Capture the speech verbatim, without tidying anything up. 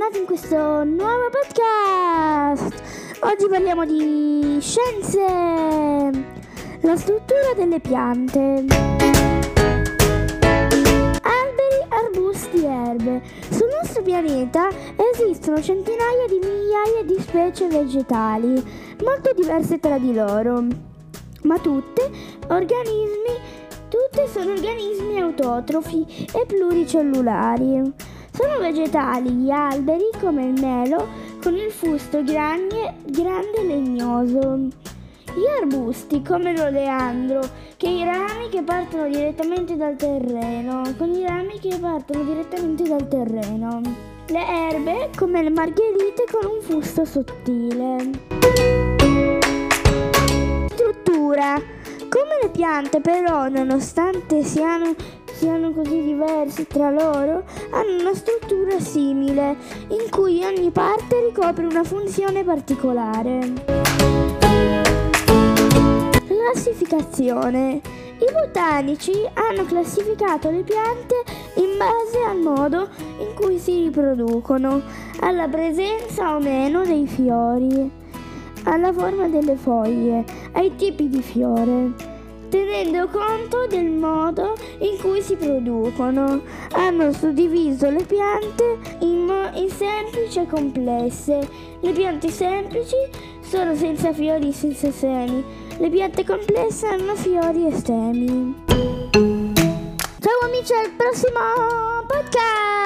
bentornati in questo nuovo podcast. Oggi parliamo di scienze, la struttura delle piante, alberi, arbusti e erbe. Sul nostro pianeta esistono centinaia di migliaia di specie vegetali, molto diverse tra di loro, ma tutte organismi Tutte sono organismi autotrofi e pluricellulari. Sono vegetali gli alberi come il melo con il fusto grande, grande e legnoso. Gli arbusti come l'oleandro che i rami che partono direttamente dal terreno, con i rami che partono direttamente dal terreno. Le erbe come le margherite con un fusto sottile. Struttura. Come le piante però, nonostante siano, siano così diverse tra loro, hanno una struttura simile, in cui ogni parte ricopre una funzione particolare. Classificazione. I botanici hanno classificato le piante in base al modo in cui si riproducono, alla presenza o meno dei fiori, alla forma delle foglie, ai tipi di fiore, tenendo conto del modo in cui si producono. Hanno suddiviso le piante in, mo- in semplici e complesse. Le piante semplici sono senza fiori e senza semi. Le piante complesse hanno fiori e semi. Ciao amici, al prossimo podcast!